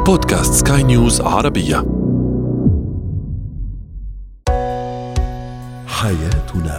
بودكاست سكاي نيوز عربية. حياتنا.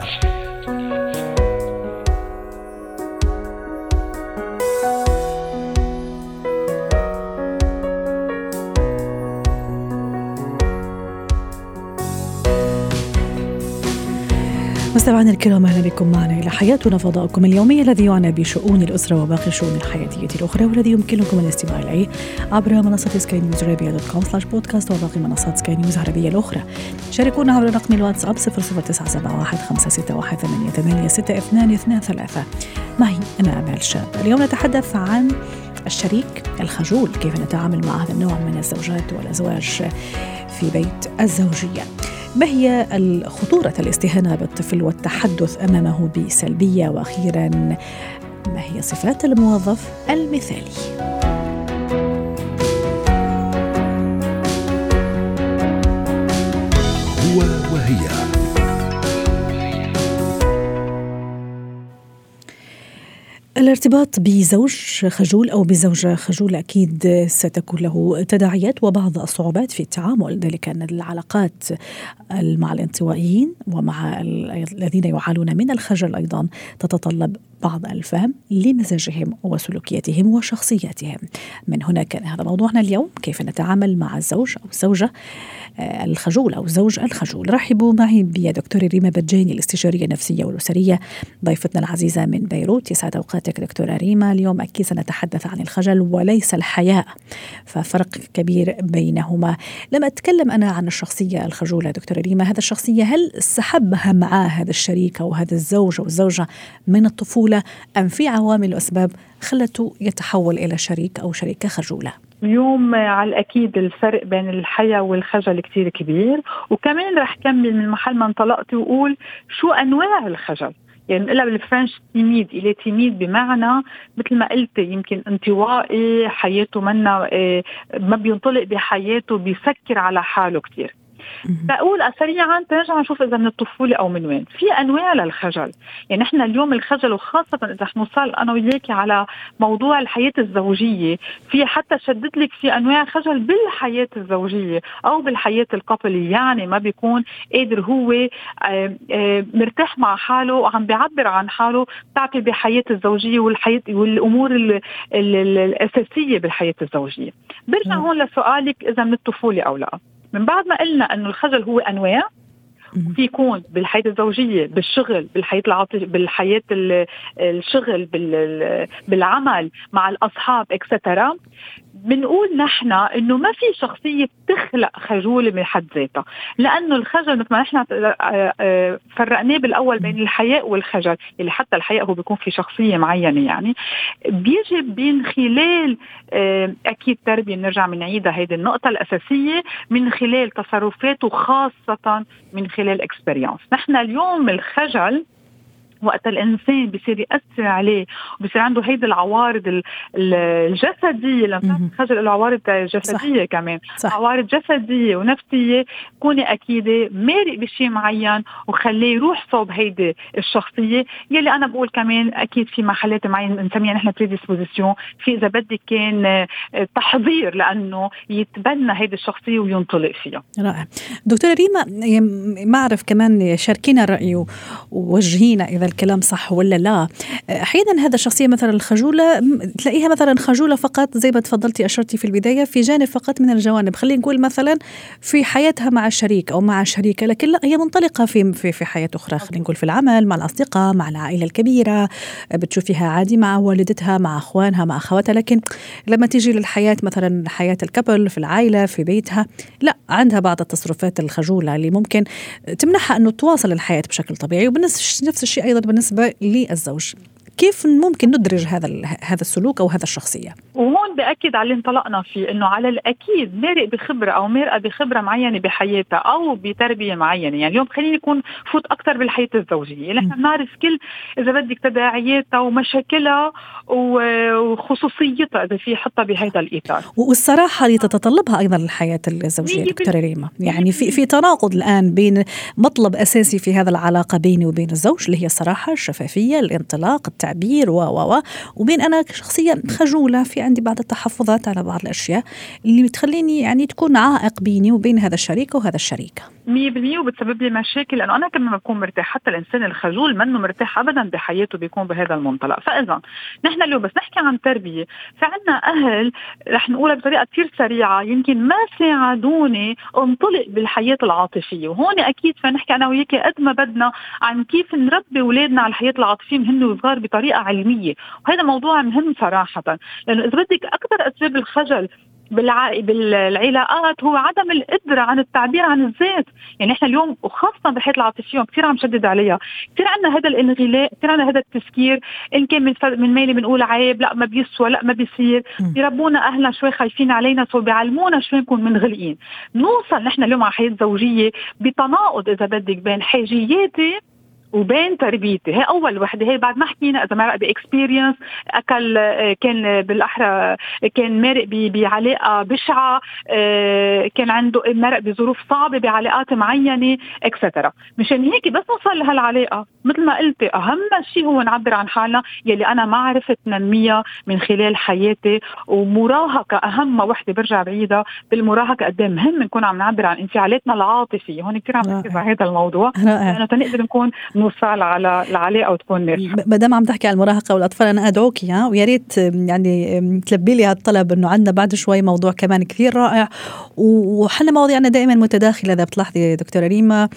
مستمعينا الكرام، اهلا بكم معنا الى حياتنا، فضاؤكم اليومي الذي يعنى بشؤون الاسره وباقي الشؤون الحياتيه الاخرى، والذي يمكنكم الاستماع اليه عبر منصه skynewsarabia.com/podcast وباقي منصات سكاي نيوز عربيه الاخرى. شاركونا عبر رقم الواتساب 0097156886223. معي انا امال شاب. اليوم نتحدث عن الشريك الخجول، كيف نتعامل مع هذا النوع من الزوجات والازواج في بيت الزوجيه. ما هي خطورة الاستهانة بالطفل والتحدث أمامه بسلبية؟ وأخيرا، ما هي صفات الموظف المثالي؟ هو وهي. الارتباط بزوج خجول أو بزوجة خجولة أكيد ستكون له تداعيات وبعض الصعوبات في التعامل، ذلك أن العلاقات مع الانطوائيين ومع الذين يعانون من الخجل أيضا تتطلب بعض الفهم لمزاجهم وسلوكياتهم وشخصياتهم. من هنا كان هذا موضوعنا اليوم، كيف نتعامل مع الزوج أو الزوجة الخجول أو الزوج الخجول. رحبوا معي بدكتورة ريما بجاني، الاستشارية النفسية والأسرية، ضيفتنا العزيزة من بيروت. يسعد أوقاتك دكتورة ريما. اليوم أكيد سنتحدث عن الخجل وليس الحياء، ففرق كبير بينهما. لما أتكلم أنا عن الشخصية الخجولة دكتورة ريما، هذا الشخصية هل سحبها معاه هذا الشريك أو هذا الزوج أو الزوجة من الطفولة، أم في عوامل وأسباب خلته يتحول إلى شريك أو شريكة خجولة؟ اليوم على الأكيد الفرق بين الحياة والخجل كتير كبير، وكمان رح كمل من محل ما انطلقت وقول شو أنواع الخجل. يعني إلا بالفرنش تيميد، إلي تيميد بمعنى مثل ما قلت يمكن انطوائي، حياته منا ما بينطلق بحياته، بيفكر على حاله كتير. بقول سريعا ترجع نشوف إذا من الطفولة أو من وين. في أنواع للخجل، يعني إحنا اليوم الخجل، وخاصة إذا حنوصل أنا وياكي على موضوع الحياة الزوجية، في حتى شدت لك في أنواع خجل بالحياة الزوجية أو بالحياة القبلية. يعني ما بيكون قادر هو مرتاح مع حاله وعم بيعبر عن حاله، تعطي بحياة الزوجية والحياة والأمور الأساسية بالحياة الزوجية. برجع هون لسؤالك إذا من الطفولة أو لا. من بعد ما قلنا أنه الخجل هو أنواع، في يكون بالحياة الزوجية، بالشغل، بالحياة العاطفية، بالحياة الشغل، بالعمل مع الأصحاب إكسترا. بنقول نحن إنه ما في شخصية بتخلق خجولة من حد ذاتها، لأنه الخجل مثل ما نحن فرقناه بالأول بين الحياء والخجل، اللي حتى الحياء هو بيكون في شخصية معينة، يعني بيجب من خلال أكيد تربية. نرجع من نعيدها هذه النقطة الأساسية، من خلال تصرفاته، خاصة من خلال اكسبريانس. نحن اليوم الخجل وقت الإنسان بيصير يأثر عليه وبيصير عنده هيدا العوارض الجسدية، لما خجل العوارض جسدية كمان، عوارض جسدية ونفسية. كوني أكيدة مارق بشيء معين وخليه يروح صوب هيدا الشخصية، يلي أنا بقول كمان أكيد في محلات معينة نسميها نحن predisposition، في إذا بدك كان تحضير لأنه يتبنى هيدا الشخصية وينطلق فيها. رائع. دكتورة ريما، ما أعرف كمان شاركينا الرأي ووجهينا إذا الكلام صح ولا لا. أحيانا هذا الشخصية مثلا الخجولة تلاقيها مثلا خجولة فقط زي ما تفضلتي أشرتي في البداية في جانب فقط من الجوانب، خلينا نقول مثلا في حياتها مع الشريك أو مع الشريكة، لكن لا، هي منطلقة في حياة أخرى، خلينا نقول في العمل، مع الأصدقاء، مع العائلة الكبيرة، بتشوفيها عادي مع والدتها، مع أخوانها، مع أخواتها. لكن لما تيجي للحياة مثلا حياة الكبل في العائلة في بيتها، لا، عندها بعض التصرفات الخجولة اللي ممكن تمنحها أنه تواصل الحياة بشكل طبيعي. وبنفس الشيء أيضا بالنسبة للزوج. كيف ممكن ندرج هذا السلوك أو هذا الشخصية؟ وهون بأكد على اللي انطلقنا فيه، إنه على الأكيد مارق بخبرة أو مارقة بخبرة معينة بحياتها أو بتربية معينة. يعني اليوم خليني نكون فوت أكتر بالحياة الزوجية، اللي احنا بنعرف كل إذا بدك تداعياتها ومشاكلها وخصوصيتها إذا في حطها بهذا الإطار، والصراحة اللي تتطلبها أيضا الحياة الزوجية دكتورة ريما. يعني في تناقض الآن بين مطلب أساسي في هذا العلاقة بيني وبين الزوج اللي هي الصراحة، الشفافية، الانطلاق، التعبير وبين أنا شخصية خجولة، في عندي بعض التحفظات على بعض الأشياء اللي بتخليني يعني تكون عائق بيني وبين هذا الشريك وهذا الشريكة 100%، وبتسبب لي مشاكل، لأنه أنا كمان ما بكون مرتاح. حتى الإنسان الخجول منه مرتاح أبدا بحياته بيكون بهذا المنطلق. فإذا نحن اليوم بس نحكي عن تربية، فعنا أهل رح نقولها بطريقة كثير سريعة يمكن ما ساعدوني انطلق بالحياة العاطفية. وهون أكيد فنحكي أنا وياك قد ما بدنا عن كيف نربي أولادنا على الحياة العاطفية من وصغار بطريقة علمية، وهذا موضوع مهم صراحة. لأنه إذا بدك أكثر أسباب الخجل بالعلاقات هو عدم القدرة عن التعبير عن الذات. يعني احنا اليوم وخاصة بالحياة العاطفية كثير عم شدد عليها، كثير عندنا هذا الانغلاق، كثير عندنا هذا التفكير إن كان من مالي بنقول عيب، لا ما بيسوى، لا ما بيصير. يربونا أهلنا شوي خايفين علينا، سو بيعلمونا شوي نكون منغلقين. نوصل نحن اليوم على حياة زوجية بتناقض إذا بدك بين حاجياتي وبين تربيتي. هي أول وحدة، هي بعد ما حكينا إذا مرق بإكسبيرينس أكل، كان بالأحرى كان مرق بعلاقة بشعة، كان عنده مرق بظروف صعبة بعلاقات معينة اكسترا. مشان هيك بس نوصل لهالعلاقة مثل ما قلت أهم شيء هو نعبر عن حالنا يلي أنا ما عرفت ننميها من خلال حياتي. ومراهقة أهم وحدة برجع بعيدة بالمراهقة قد ايه مهم نكون عم نعبر عن انفعالاتنا العاطفية. هون كثير عم نركز على هذا الموضوع لأنه تنقدر نكون نوصل على العلاقة وتكون ناجحة. بدام عم تحكي عن المراهقة والأطفال أنا أدعوك ويا ريت يعني تلبي لي هالطلب، إنه عندنا بعد شوي موضوع كمان كثير رائع، وحنا مواضيعنا دائما متداخلة إذا بتلاحظي دكتورة ريما.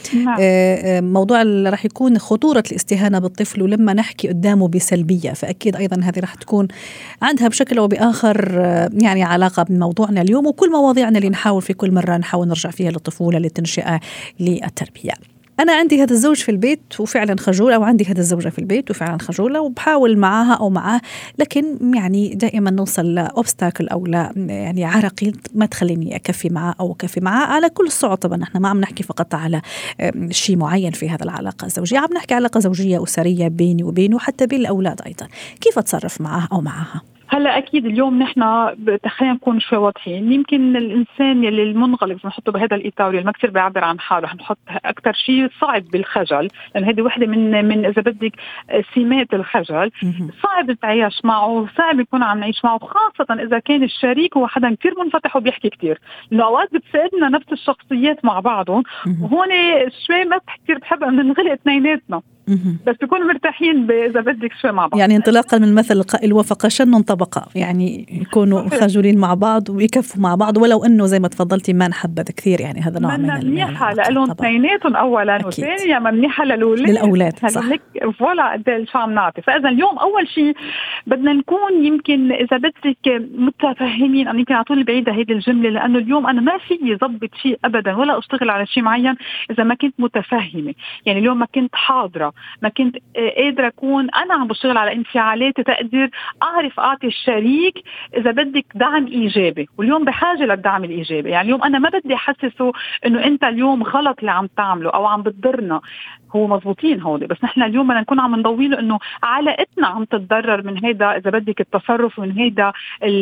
موضوع اللي راح يكون خطورة الاستهانة بالطفل ولما نحكي قدامه بسلبية، فأكيد أيضا هذه راح تكون عندها بشكل أو بآخر يعني علاقة بموضوعنا اليوم وكل مواضيعنا اللي نحاول في كل مرة نحاول نرجع فيها للطفولة، للتنشئة، للتربية. أنا عندي هذا الزوج في البيت وفعلا خجول، أو عندي هذا الزوجة في البيت وفعلا خجولة وبحاول معها أو معاه، لكن يعني دائما نوصل لأوبستاكل أو لا يعني عراقيل ما تخليني أكفي معاه أو أكفي معاه على كل الصعوبة. طبعا احنا ما عم نحكي فقط على شيء معين في هذا العلاقة الزوجية، عم نحكي علاقة زوجية أسرية بيني وبينه وحتى بين الأولاد أيضا. كيف أتصرف معاه أو معها؟ هلا اكيد اليوم نحن خلينا نكون شوي واضحين. يمكن الانسان يلي المنغلق بنحطه بهذا الاطار اللي ما كثير بيعبر عن حاله، حنحط اكثر شيء صعب بالخجل، لان هذه وحده من اذا بدك سمات الخجل. صعب نتعايش معه، صعب يكون عم نعيش معه، خاصه اذا كان الشريك هو حدا كثير منفتح وبيحكي كثير. لانه اوقات بتساعدنا نفس الشخصيات مع بعضهم، وهون شوي ما كثير بحب ان ننغلق اثنيناتنا، بس بيكونوا مرتاحين إذا بدك شوي مع بعض. يعني انطلاقا من مثل القائل وفق شن طبقة، يعني يكونوا خجولين مع بعض ويكفوا مع بعض، ولو انه زي ما تفضلتي ما نحبذ كثير يعني هذا نوع من منيحة لهم اثنيناتهم اولا، وثانيا منيحة للاولاد صح. فوالا قد شو عم نعطي. فاذا اليوم اول شيء بدنا نكون يمكن اذا بدك متفاهمين، أو يمكن اعطوني بعيدة هيدي الجملة، لانه اليوم انا ما في ضبط شيء ابدا ولا اشتغل على شيء معين اذا ما كنت متفهمة. يعني اليوم ما كنت حاضرة، ما كنت قادرة أكون أنا عم بشتغل على انفعالاتي، تقدر أعرف أعطي الشريك إذا بدك دعم إيجابي. واليوم بحاجة للدعم الإيجابي. يعني اليوم أنا ما بدي أحسسه إنه أنت اليوم غلط اللي عم تعمله أو عم بتضرنا. هو مضبوطين هودي، بس نحن اليوم بدنا نكون عم نضويله إنه علاقتنا عم تتضرر من هيدا إذا بدك التصرف، ومن هيدا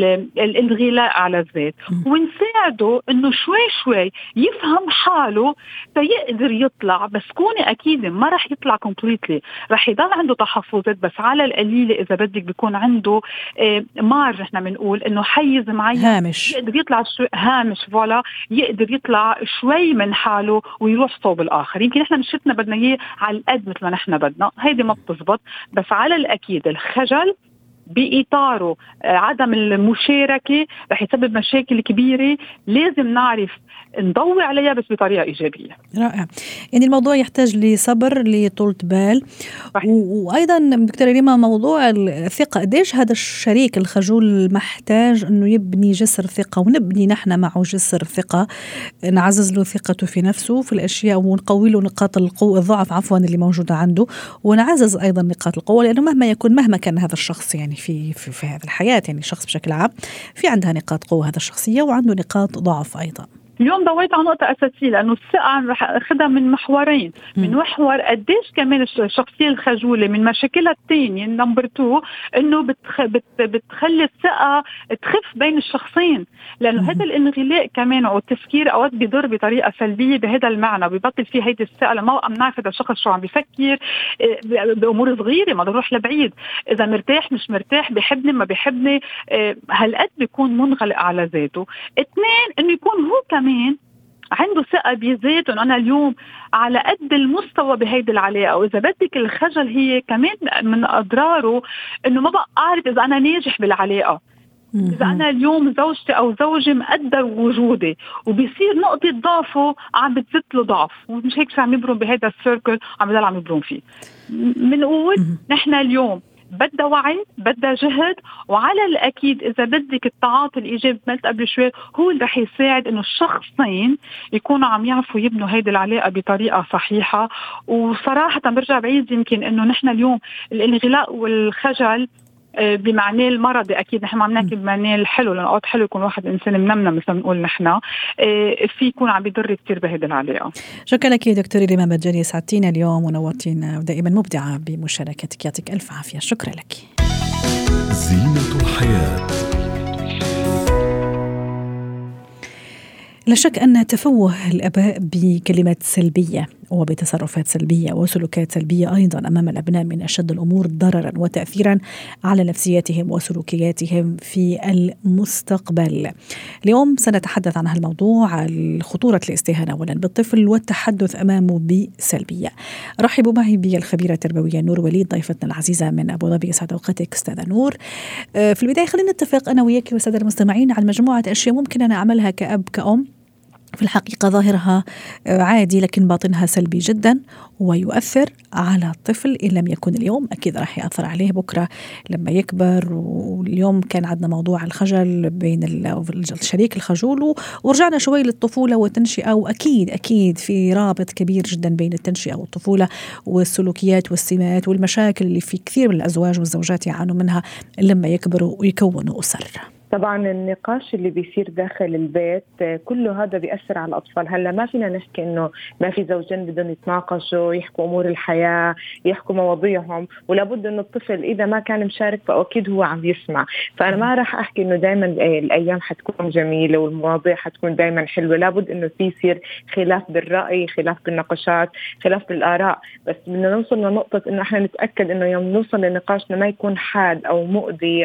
الغلاء على الذات، ونساعده إنه شوي شوي يفهم حاله فيقدر يطلع. بس كوني أكيد ما رح يطلع كومبليتلي، رح يضل عنده تحفظات، بس على القليلة إذا بدك بيكون عنده مارج، نحن بنقول إنه حيز معين، هامش يقدر يطلع هامش، فوالا يقدر يطلع شوي من حاله ويروح صوب الآخر. يمكن نحن مشيتنا بدنا إياه على القد مثل ما نحن بدنا، هيدي ما بتزبط. بس على الأكيد الخجل بإطاره عدم المشاركة رح يسبب مشاكل كبيرة، لازم نعرف نضوي عليها بس بطريقة إيجابية. رائع. يعني الموضوع يحتاج لصبر، لطولة بال. وأيضا دكتورة ريما موضوع الثقة، قديش هذا الشريك الخجول محتاج أنه يبني جسر ثقة، ونبني نحن معه جسر ثقة، نعزز له ثقته في نفسه في الأشياء، ونقوي له نقاط القوة الضعف اللي موجودة عنده، ونعزز أيضا نقاط القوة، لأنه مهما كان هذا الشخص يعني في هذه الحياة، يعني الشخص بشكل عام في عندها نقاط قوة هذا الشخصية وعنده نقاط ضعف أيضا. اليوم ضويت على نقطة أساسية، لأنه الثقة رح أخذها من محورين. من محور قديش كمان الشخصية الخجولة من مشاكلها الثانية نمبر 2 إنه بتخلي الثقة تخف بين الشخصين، لأنه هذا الانغلاق كمان أو التفكير أوقات بيضر بطريقة سلبية بهذا المعنى، بيبطل فيه هيدي الثقة لما نعرف هذا الشخص شو عم بيفكر بأمور صغيرة، ما نروح لبعيد، إذا مرتاح مش مرتاح، بيحبني ما بيحبني، هالقد بيكون منغلق على ذاته. 2 إنه يكون هو كمان عنده ثقة بذاته، إنه أنا اليوم على قد المستوى بهيدي العلاقة. وإذا بدك الخجل هي كمان من أضراره إنه ما بقى أعرف إذا أنا ناجح بالعلاقة، إذا أنا اليوم زوجتي أو زوجي مقدر وجودي، وبيصير نقطة ضعفه عم بتزيد له ضعف، ومش هيك عم يبرم بهذا السيركل عم يضل عم يبرم فيه. منقول نحن اليوم بدها وعي، بدها جهد، وعلى الأكيد إذا بدك التعاطي الإيجابي مثل قبل شوي هو اللي رح يساعد إنه الشخصين يكونوا عم يعرفوا يبنوا هيدي العلاقة بطريقة صحيحة. وصراحة برجع بعيد يمكن إنه نحن اليوم الانغلاق والخجل بمعنى المرضي، أكيد نحن عم نحكي بمعنى الحلو، لأنه أوقات حلو يكون واحد إنسان منمنا مثل ما نقول نحن، في يكون عم بيضر كتير بهذه العلاقة. شكرا لك دكتور ريما مجاني، سعدتينا اليوم ونورتينا ودائما مبدعة بمشاركتك، يعطيك ألف عافية. شكرا لك. زينة الحياة. لا شك أن تفوه الآباء بكلمات سلبية وبتصرفات سلبية وسلوكات سلبية أيضا أمام الأبناء من أشد الأمور ضررا وتأثيرا على نفسياتهم وسلوكياتهم في المستقبل. اليوم سنتحدث عن هالموضوع، خطورة الاستهانة أولا بالطفل والتحدث أمامه بسلبية. رحبوا معي بالخبيرة التربوية نور وليد ضيفتنا العزيزة من أبو ظبي. يسعد أوقاتك أستاذة نور. في البداية خلينا نتفق أنا وياك والسادة المستمعين على مجموعة أشياء ممكن أنا أعملها كأب كأم في الحقيقة ظاهرها عادي لكن باطنها سلبي جدا ويؤثر على الطفل. إن لم يكن اليوم أكيد راح يأثر عليه بكرة لما يكبر. واليوم كان عندنا موضوع الخجل بين الشريك الخجول، ورجعنا شوي للطفولة والتنشئة، وأكيد في رابط كبير جدا بين التنشئة والطفولة والسلوكيات والسمات والمشاكل اللي في كثير من الأزواج والزوجات يعانوا منها لما يكبروا ويكونوا أسر. طبعا النقاش اللي بيصير داخل البيت كله هذا بيأثر على الأطفال. هلا ما فينا نحكي إنه ما في زوجين بدهم يتناقشوا يحكوا أمور الحياة يحكوا مواضيعهم، ولابد إنه الطفل إذا ما كان مشارك فأكيد هو عم يسمع. فأنا ما راح أحكي إنه دايما الأيام حتكون جميلة والمواضيع حتكون دايما حلوة، لابد إنه في يصير خلاف بالرأي، خلاف بالنقاشات، خلاف بالآراء، بس بدنا نوصل لنقطة إنه إحنا نتأكد إنه يوم نوصل لنقاشنا ما يكون حاد أو مؤذي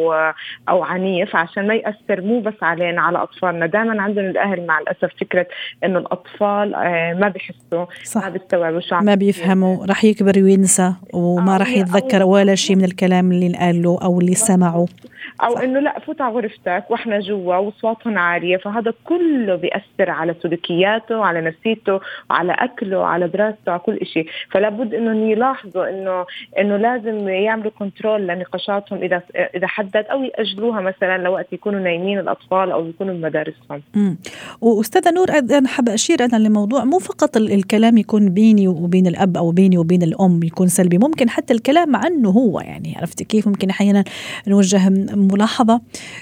أو عنيف، عشان ما يأثر مو بس علينا على أطفالنا. دائما عندنا الأهل مع الأسف فكرة إنه الأطفال ما بيحسوا، ما بيستوعبوا شو ما بيفهموا، رح يكبر وينسى وما رح يتذكر ولا شيء من الكلام اللي قاله أو اللي سمعوا، أو إنه لا فوت على غرفتك وإحنا جوا وصوتهم عالية. فهذا كله بيأثر على سلوكياته وعلى نفسيته وعلى أكله وعلى دراسته وعلى كل إشي. فلا بد إنه يلاحظوا إنه لازم يعملوا كنترول لنقاشاتهم إذا حدد، أو يأجلوها مثلا لوقت يكونوا نايمين الأطفال أو يكونوا بمدارسهم. وأستاذة نور أنا حابة أشير أنا لموضوع مو فقط الكلام يكون بيني وبين الأب أو بيني وبين الأم يكون سلبي، ممكن حتى الكلام عنه هو، يعني عرفتي كيف ممكن أحيانا نوجه ملاحظة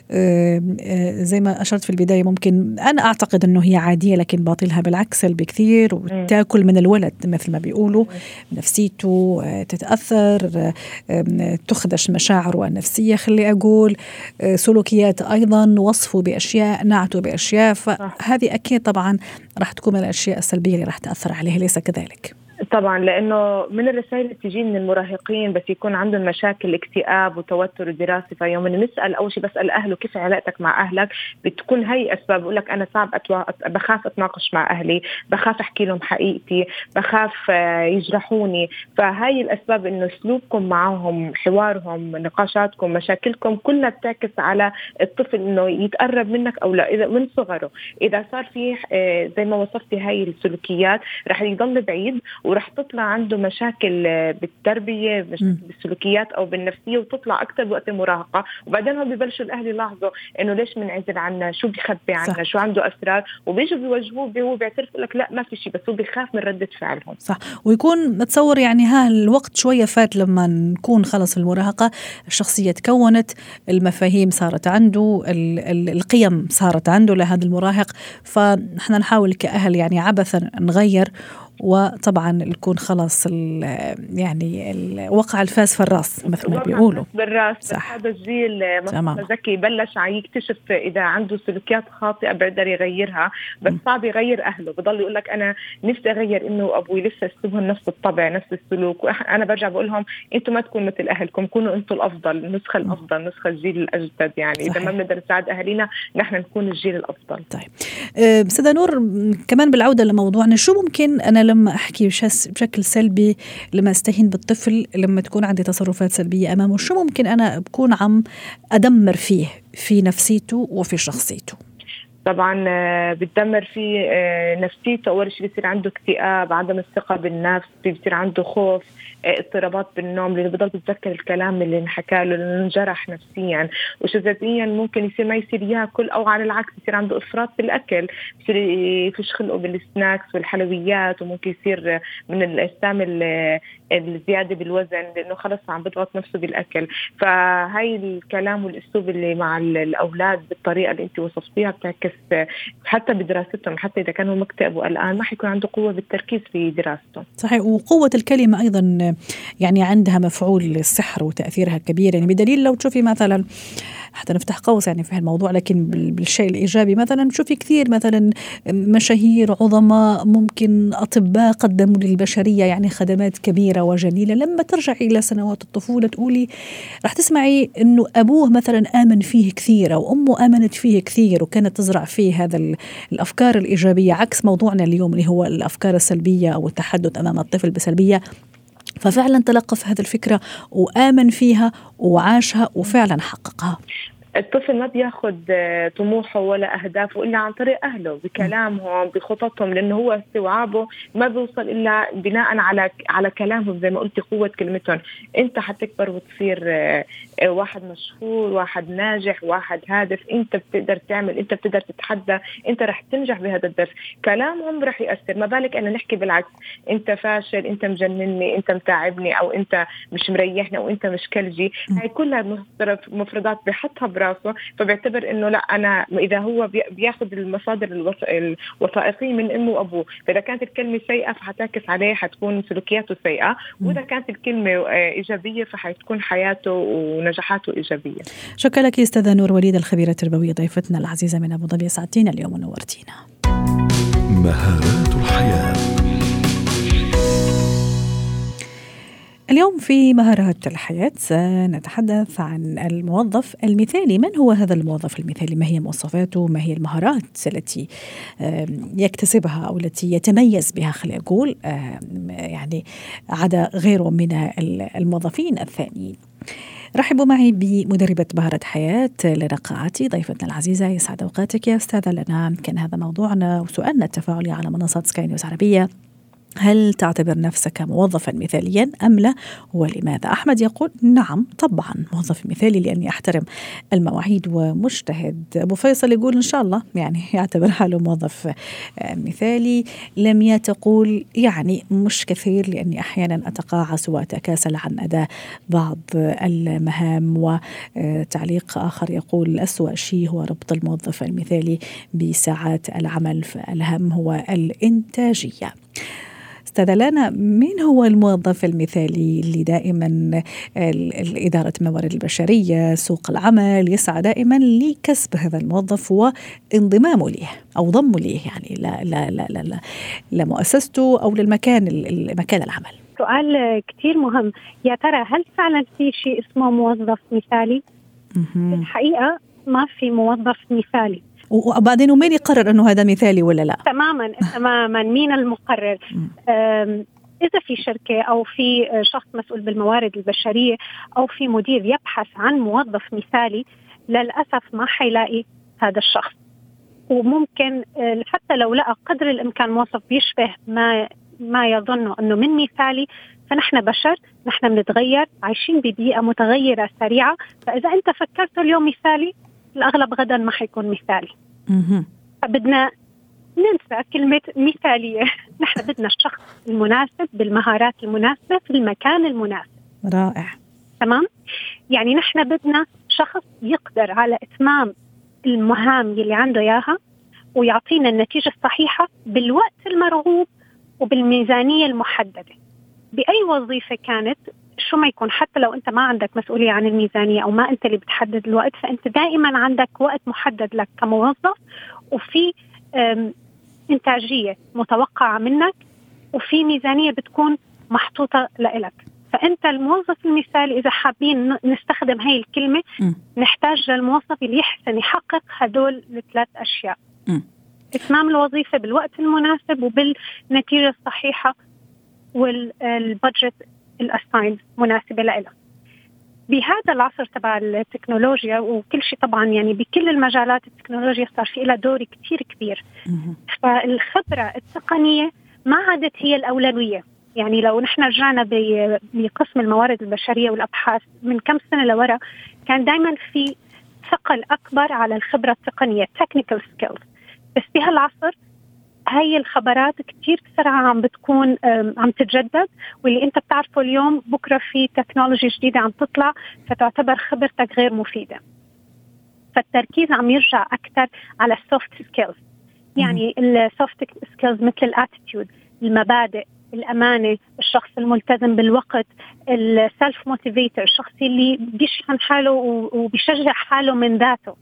زي ما أشرت في البداية، ممكن أنا أعتقد أنه هي عادية لكن باطلها بالعكس سلبي كثير، وتأكل من الولد مثل ما بيقولوا، نفسيته تتأثر، تخدش مشاعره النفسية، خلي أقول سلوكيات أيضا، وصفه بأشياء، نعته بأشياء، فهذه أكيد طبعا راح تكون من الأشياء السلبية اللي راح تأثر عليه، ليس كذلك؟ طبعا، لأنه من الرسائل اللي تجي من المراهقين بس يكون عندهم مشاكل اكتئاب وتوتر ودراسة، فيوم نسأل أول شيء بسأل أهله كيف علاقتك مع أهلك، بتكون هي أسباب. يقول لك أنا صعب بخاف أتناقش مع أهلي، بخاف أحكي لهم حقيقتي، بخاف يجرحوني. فهاي الأسباب إنه أسلوبكم معهم، حوارهم، نقاشاتكم، مشاكلكم كلها بتعكس على الطفل إنه يتقرب منك أو لا. إذا من صغره إذا صار فيه زي ما وصفتي هاي السلوكيات رح يضل بعيد ورح رح تطلع عنده مشاكل بالتربية، بالسلوكيات أو بالنفسية، وتطلع أكتر وقت المراهقة. وبعدين هم بيبلشوا الأهل يلاحظوا إنه ليش منعزل عنا، شو بيخبي عنا، شو عنده أسرار، وبيجوا بيواجهوه، هو بيعترف لك لا ما في شيء، بس هو بيخاف من ردة فعلهم. صح. ويكون متصور يعني الوقت شوية فات لما نكون خلص المراهقة، الشخصية تكونت، المفاهيم صارت عنده، القيم صارت عنده لهذا المراهق، فنحن نحاول كأهل يعني عبثا نغير، وطبعا يكون خلاص وقع الفاس في الراس مثل ما بيقولوا بالراس. هذا الجيل ذكي بلش يكتشف اذا عنده سلوكيات خاطئه بيقدر يغيرها، بس صعب يغير اهله. بضل يقول لك انا نفسي اغير انه وابوي لسه اسلوبهم نفس الطبع نفس السلوك. انا برجع بقول لهم انتم ما تكونوا مثل اهلكم، كونوا انتم الافضل، النسخه الافضل، نسخه الجيل الاجدد. يعني صحيح. اذا ما بنقدر نساعد اهالينا نحن نكون الجيل الافضل. طيب استاذة نور، كمان بالعوده لموضوعنا، شو ممكن انا لما أحكي بشكل سلبي، لما أستهين بالطفل، لما تكون عندي تصرفات سلبية أمامه، شو ممكن أنا بكون عم أدمر فيه في نفسيته وفي شخصيته؟ طبعا بتدمر في نفسيته. أول شيء بيصير عنده اكتئاب، عدم الثقة بالنفس، بيصير عنده خوف، اضطرابات بالنوم، لأنه بضل بتذكر الكلام اللي انحكى له لأنه انجرح نفسيا. وجسديا ممكن ما يصير ياكل، أو على العكس يصير عنده إفراط بالأكل، يصير يفش خلقه بالسناكس والحلويات، وممكن يصير من الاستعمال الزيادة بالوزن لأنه خلص عم بضغط نفسه بالأكل. فهاي الكلام والأسلوب اللي مع الأولاد بالطريقة اللي أنت وصفتيها بتعكس حتى بدراستهم. حتى إذا كانوا مكتئب والآن ما حيكون عنده قوة بالتركيز في دراسته. صحيح. وقوة الكلمة أيضا يعني عندها مفعول السحر وتأثيرها كبير. يعني بدليل لو تشوفي مثلا، حتى نفتح قوس يعني في الموضوع، لكن بالشيء الإيجابي مثلا تشوفي كثير مثلا مشاهير عظماء، ممكن أطباء قدموا للبشرية يعني خدمات كبيرة وجميلة، لما ترجع إلى سنوات الطفولة تقولي رح تسمعي إنه أبوه مثلا آمن فيه كثير، أو أمه آمنت فيه كثير وكانت تزرع فيه هذا الأفكار الإيجابية، عكس موضوعنا اليوم اللي هو الأفكار السلبية أو التحدث أمام الطفل بسلبية. ففعلا تلقف هذه الفكرة وآمن فيها وعاشها وفعلا حققها. الطفل ما بياخد طموحه ولا أهدافه إلا عن طريق أهله، بكلامهم، بخططهم، لأنه هو استوعابه ما بيوصل إلا بناء على كلامهم. زي ما قلت قوة كلمتهم. أنت حتكبر وتصير واحد مشهور، واحد ناجح، واحد هادف، أنت بتقدر تعمل، أنت بتقدر تتحدى، أنت رح تنجح بهذا الدرس. كلامهم رح يأثر. ما بالك أنا نحكي بالعكس، أنت فاشل، أنت مجنني، أنت متعبني، أو أنت مش مريحني، أو أنت مش كلجي. هاي كلها مفردات بحطها براسه، فبيعتبر انه لا، انا اذا هو بياخذ المصادر الوثائقيه من امه وابوه، فاذا كانت الكلمه سيئه فحتعكس عليه، حتكون سلوكياته سيئه، واذا كانت الكلمه ايجابيه فحتكون حياته ونجاحاته ايجابيه. شكرا لك استاذه نور وليد، الخبيره التربويه، ضيفتنا العزيزه من ابو ظبي. ساعتين اليوم ونورتينا. مهارات الحياه. اليوم في مهارات الحياة سنتحدث عن الموظف المثالي. من هو هذا الموظف المثالي؟ ما هي مواصفاته؟ ما هي المهارات التي يكتسبها أو التي يتميز بها، خلينا نقول، يعني عدا غيره من الموظفين الثانيين؟ رحبوا معي بمدربة مهارات حياة لنا قاعتي، ضيفتنا العزيزة. يسعد أوقاتك يا أستاذة لنا. كان هذا موضوعنا وسؤالنا التفاعلي على منصة سكاي نيوز عربية: هل تعتبر نفسك موظفا مثاليا أم لا؟ ولماذا؟ أحمد يقول نعم طبعا موظف مثالي لأني أحترم المواعيد ومجتهد. أبو فيصل يقول إن شاء الله يعني يعتبر حاله موظف مثالي. لميا تقول يعني مش كثير لأني أحيانا أتقاعس وأتكاسل عن أداء بعض المهام. وتعليق آخر يقول أسوأ شيء هو ربط الموظف المثالي بساعات العمل، فالأهم هو الإنتاجية. أستاذة لنا، مين هو الموظف المثالي اللي دائما إدارة الموارد البشرية، سوق العمل، يسعى دائما لكسب هذا الموظف وانضمامه له أو ضمه له، يعني لا لمؤسسته أو للمكان العمل؟ سؤال كتير مهم. يا ترى هل فعلا في شيء اسمه موظف مثالي؟ في الحقيقة ما في موظف مثالي. وبعدين ومين يقرر أنه هذا مثالي ولا لا؟ تماما مين المقرر؟ إذا في شركة أو في شخص مسؤول بالموارد البشرية أو في مدير يبحث عن موظف مثالي، للأسف ما حيلاقي هذا الشخص. وممكن حتى لو لقى قدر الإمكان موظف بيشبه ما ما يظن أنه من مثالي. فنحن بشر، نحن بنتغير، عايشين ببيئة متغيرة سريعة. فإذا أنت فكرت اليوم مثالي، الأغلب غدا ما حيكون مثالي. فبدنا ننسى كلمة مثالية. نحن بدنا الشخص المناسب بالمهارات المناسبة في المكان المناسب. رائع. تمام. يعني نحن بدنا شخص يقدر على إتمام المهام اللي عنده إياها ويعطينا النتيجة الصحيحة بالوقت المرغوب وبالميزانية المحددة بأي وظيفة كانت، شو ما يكون. حتى لو أنت ما عندك مسؤولية عن الميزانية أو ما أنت اللي بتحدد الوقت، فأنت دائما عندك وقت محدد لك كموظف، وفي إنتاجية متوقعة منك، وفي ميزانية بتكون محطوطة لإلك. فأنت الموظف المثالي، إذا حابين نستخدم هاي الكلمة، نحتاج للموظف اللي يحسن يحقق هدول الثلاث أشياء: إتمام الوظيفة بالوقت المناسب وبالنتيجة الصحيحة، والبادجت الأساين مناسبة لإله. بهذا العصر تبع التكنولوجيا وكل شيء، طبعا يعني بكل المجالات التكنولوجيا صار في لها دور كتير كبير. فالخبرة التقنية ما عادت هي الأولوية. يعني لو نحن رجعنا بقسم الموارد البشرية والأبحاث من كم سنة لورا، كان دايما في ثقل أكبر على الخبرة التقنية technical skills. بس بهالعصر هاي الخبرات كتير بسرعة عم بتكون عم تتجدد، واللي انت بتعرفه اليوم بكرة في تكنولوجيا جديدة عم تطلع، فتعتبر خبرتك غير مفيدة. فالتركيز عم يرجع أكثر على السوفت سكيلز. يعني السوفت سكيلز مثل الاتيتيود، المبادئ، الأمانة، الشخص الملتزم بالوقت، السلف موتيفيتر، الشخص اللي بيشحن حاله وبيشجع حاله من ذاته.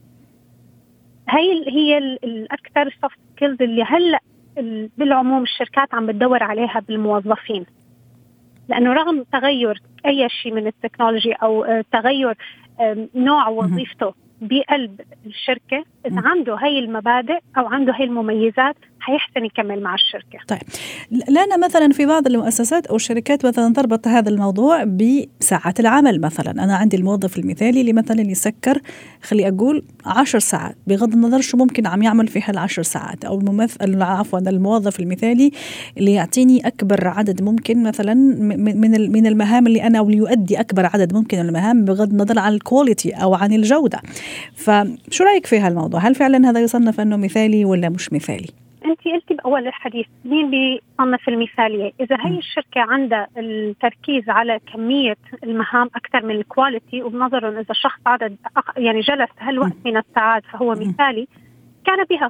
هي الأكثر سوفت سكيلز اللي هلأ بالعموم الشركات عم بتدور عليها بالموظفين. لأنه رغم تغير أي شيء من التكنولوجيا أو تغير نوع وظيفته بقلب الشركة، إذا عنده هاي المبادئ أو عنده هاي المميزات حيحسن يكمل مع الشركة. طيب، لنا مثلا في بعض المؤسسات أو الشركات مثلا تربط هذا الموضوع بساعات العمل. مثلا أنا عندي الموظف المثالي اللي مثلا يسكر، خلي أقول 10 ساعات، بغض النظر شو ممكن عم يعمل في هال10 ساعات، أو الموظف المثالي اللي يعطيني أكبر عدد ممكن مثلا من المهام اللي أنا، واللي يؤدي أكبر عدد ممكن من المهام بغض النظر عن الكواليتي أو عن الجودة. فشو رأيك في هالموضوع؟ هل فعلا هذا يصنف أنه مثالي ولا مش مثالي؟ أنت قلتي بأول الحديث مين بيصنف المثالية؟ إذا هي الشركة عندها التركيز على كمية المهام أكثر من الكواليتي، وبنظر إذا الشخص عدد يعني جلس هالوقت من الساعات فهو مثالي، كان بها.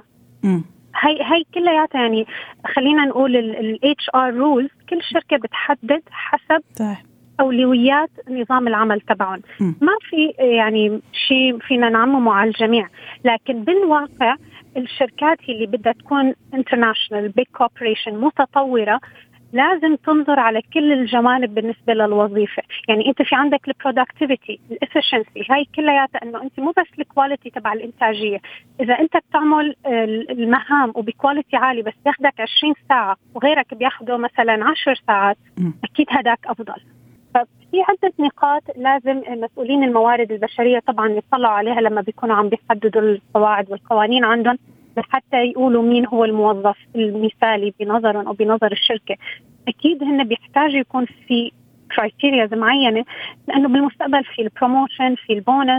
هي كلياتها يعني خلينا نقول ال HR rules، كل شركة بتحدد حسب أولويات نظام العمل تبعهم. ما في يعني شيء فينا نعممه على الجميع، لكن بالواقع الشركات اللي بدها تكون international big corporation متطورة لازم تنظر على كل الجوانب بالنسبة للوظيفة. يعني أنت في عندك البرودكتيفيتي، الافشنسي، هاي كلياتها إنه أنت مو بس الكواليتي تبع الإنتاجية. إذا أنت بتعمل المهام وبكواليتي عالي بس بياخدك 20 ساعة وغيرك بياخده مثلا 10 ساعات، أكيد هداك أفضل. ففي عدة نقاط لازم مسؤولين الموارد البشرية طبعا يطلعوا عليها لما بيكونوا عم بيحددوا القواعد والقوانين عندهم، حتى يقولوا مين هو الموظف المثالي بنظرهم أو بنظر الشركة. أكيد هن بيحتاجوا يكون في كرايتيرياز معينة، لأنه بالمستقبل في البروموشن، في البونس،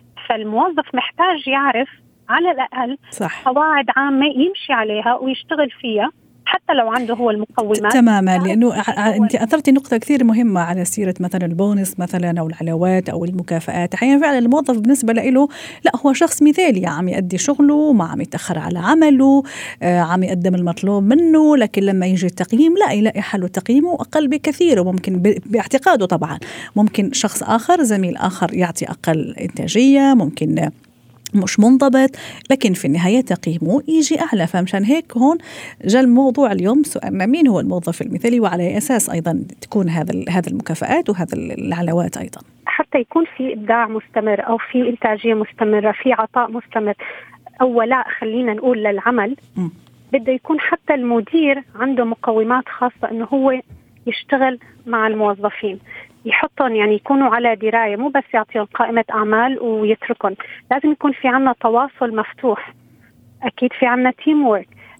فالموظف محتاج يعرف على الأقل قواعد عامة يمشي عليها ويشتغل فيها حتى لو عنده هو المقومات. تماما، لأنه أنت أثرتي نقطة كثير مهمة على سيرة مثلا البونس مثلا أو العلاوات أو المكافآت. أحيانا فعلا الموظف بالنسبة له لا، هو شخص مثالي، عم يؤدي شغله، ما عم يتأخر على عمله، عم يقدم المطلوب منه، لكن لما يجي التقييم لا، يلاقي حله تقييمه أقل بكثير، وممكن باعتقاده طبعا ممكن شخص آخر، زميل آخر يعطي أقل إنتاجية، ممكن مش منضبط، لكن في النهاية تقييمه يجي أعلى. فمشان هيك هون جاء الموضوع اليوم سؤالنا مين هو الموظف المثالي، وعلى أساس أيضا تكون هذا المكافآت وهذا العلاوات أيضا، حتى يكون في إبداع مستمر أو في إنتاجية مستمرة، في عطاء مستمر أو ولاء خلينا نقول للعمل. بده يكون حتى المدير عنده مقومات خاصة إنه هو يشتغل مع الموظفين، يحطهم يعني يكونوا على دراية، مو بس يعطيهم قائمة أعمال ويتركهم. لازم يكون في عنا تواصل مفتوح، أكيد في عنا تيم وورك،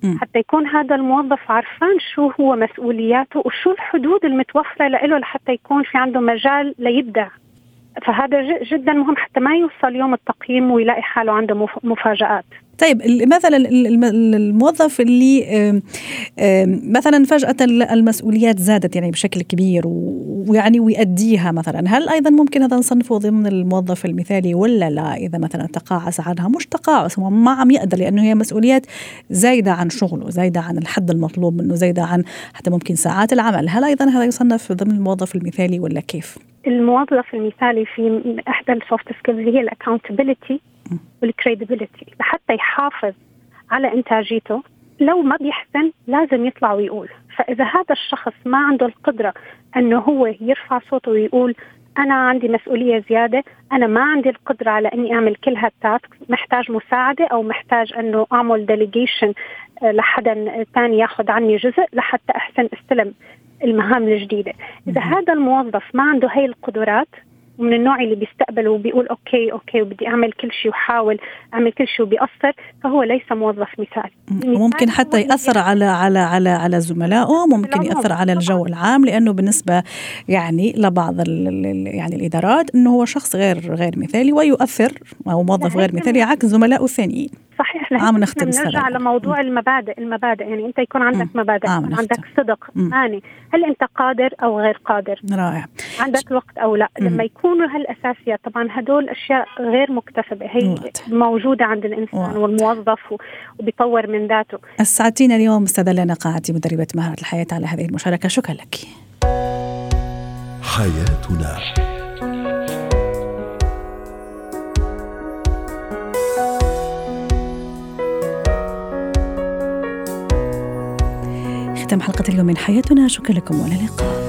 حتى يكون هذا الموظف عارفان شو هو مسؤولياته وشو الحدود المتوفرة له لحتى يكون في عنده مجال ليبدع. فهذا جدا مهم حتى ما يوصل يوم التقييم ويلاقي حاله عنده مفاجآت. طيب مثلا الموظف اللي مثلا فجأة المسؤوليات زادت يعني بشكل كبير ويعني ويؤديها مثلا، هل أيضا ممكن هذا نصنفه ضمن الموظف المثالي ولا لا؟ إذا مثلا تقاعس عنها، مش تقاعس، هو ما عم يقدر لأنه هي مسؤوليات زايدة عن شغله، زايدة عن الحد المطلوب منه، زايدة عن حتى ممكن ساعات العمل، هل أيضا هذا يصنف ضمن الموظف المثالي ولا كيف؟ الموظف المثالي في إحدى السوفت سكيلز هي الأكاونتابيلتي والكريديبيليتي، لحتى يحافظ على إنتاجيته. لو ما بيحسن لازم يطلع ويقول. فإذا هذا الشخص ما عنده القدرة أنه هو يرفع صوته ويقول أنا عندي مسؤولية زيادة، أنا ما عندي القدرة على أني أعمل كل هالتاسك، محتاج مساعدة أو محتاج أنه أعمل ديليجيشن لحدا تاني ياخد عني جزء لحتى أحسن استلم المهام الجديدة. إذا هذا الموظف ما عنده هاي القدرات ومن النوع اللي بيستقبل وبيقول أوكي وبدي أعمل كل شيء وحاول أعمل كل شيء وبيقصر، فهو ليس موظف مثالي. ممكن حتى يأثر على زملائه، ممكن يأثر على الجو العام، لأنه بالنسبة يعني لبعض يعني الإدارات إنه هو شخص غير مثالي ويؤثر، أو موظف غير مثالي عكس زملائه الثانيين. صحيح. نرجع على موضوع المبادئ. يعني أنت يكون عندك مبادئ، عندك صدق، ماني، هل أنت قادر أو غير قادر، رائع، عندك وقت أو لا. لما يكونوا هالأساسيات، طبعا هدول أشياء غير مكتسبة، هي موجودة عند الإنسان والموظف وبيطور من ذاته. أسعدتينا اليوم أستاذة لنا قاعدي، مدربة مهارة الحياة، على هذه المشاركة، شكرا لك. حياتنا. ختام حلقة اليوم من حياتنا، شكرا لكم والى اللقاء.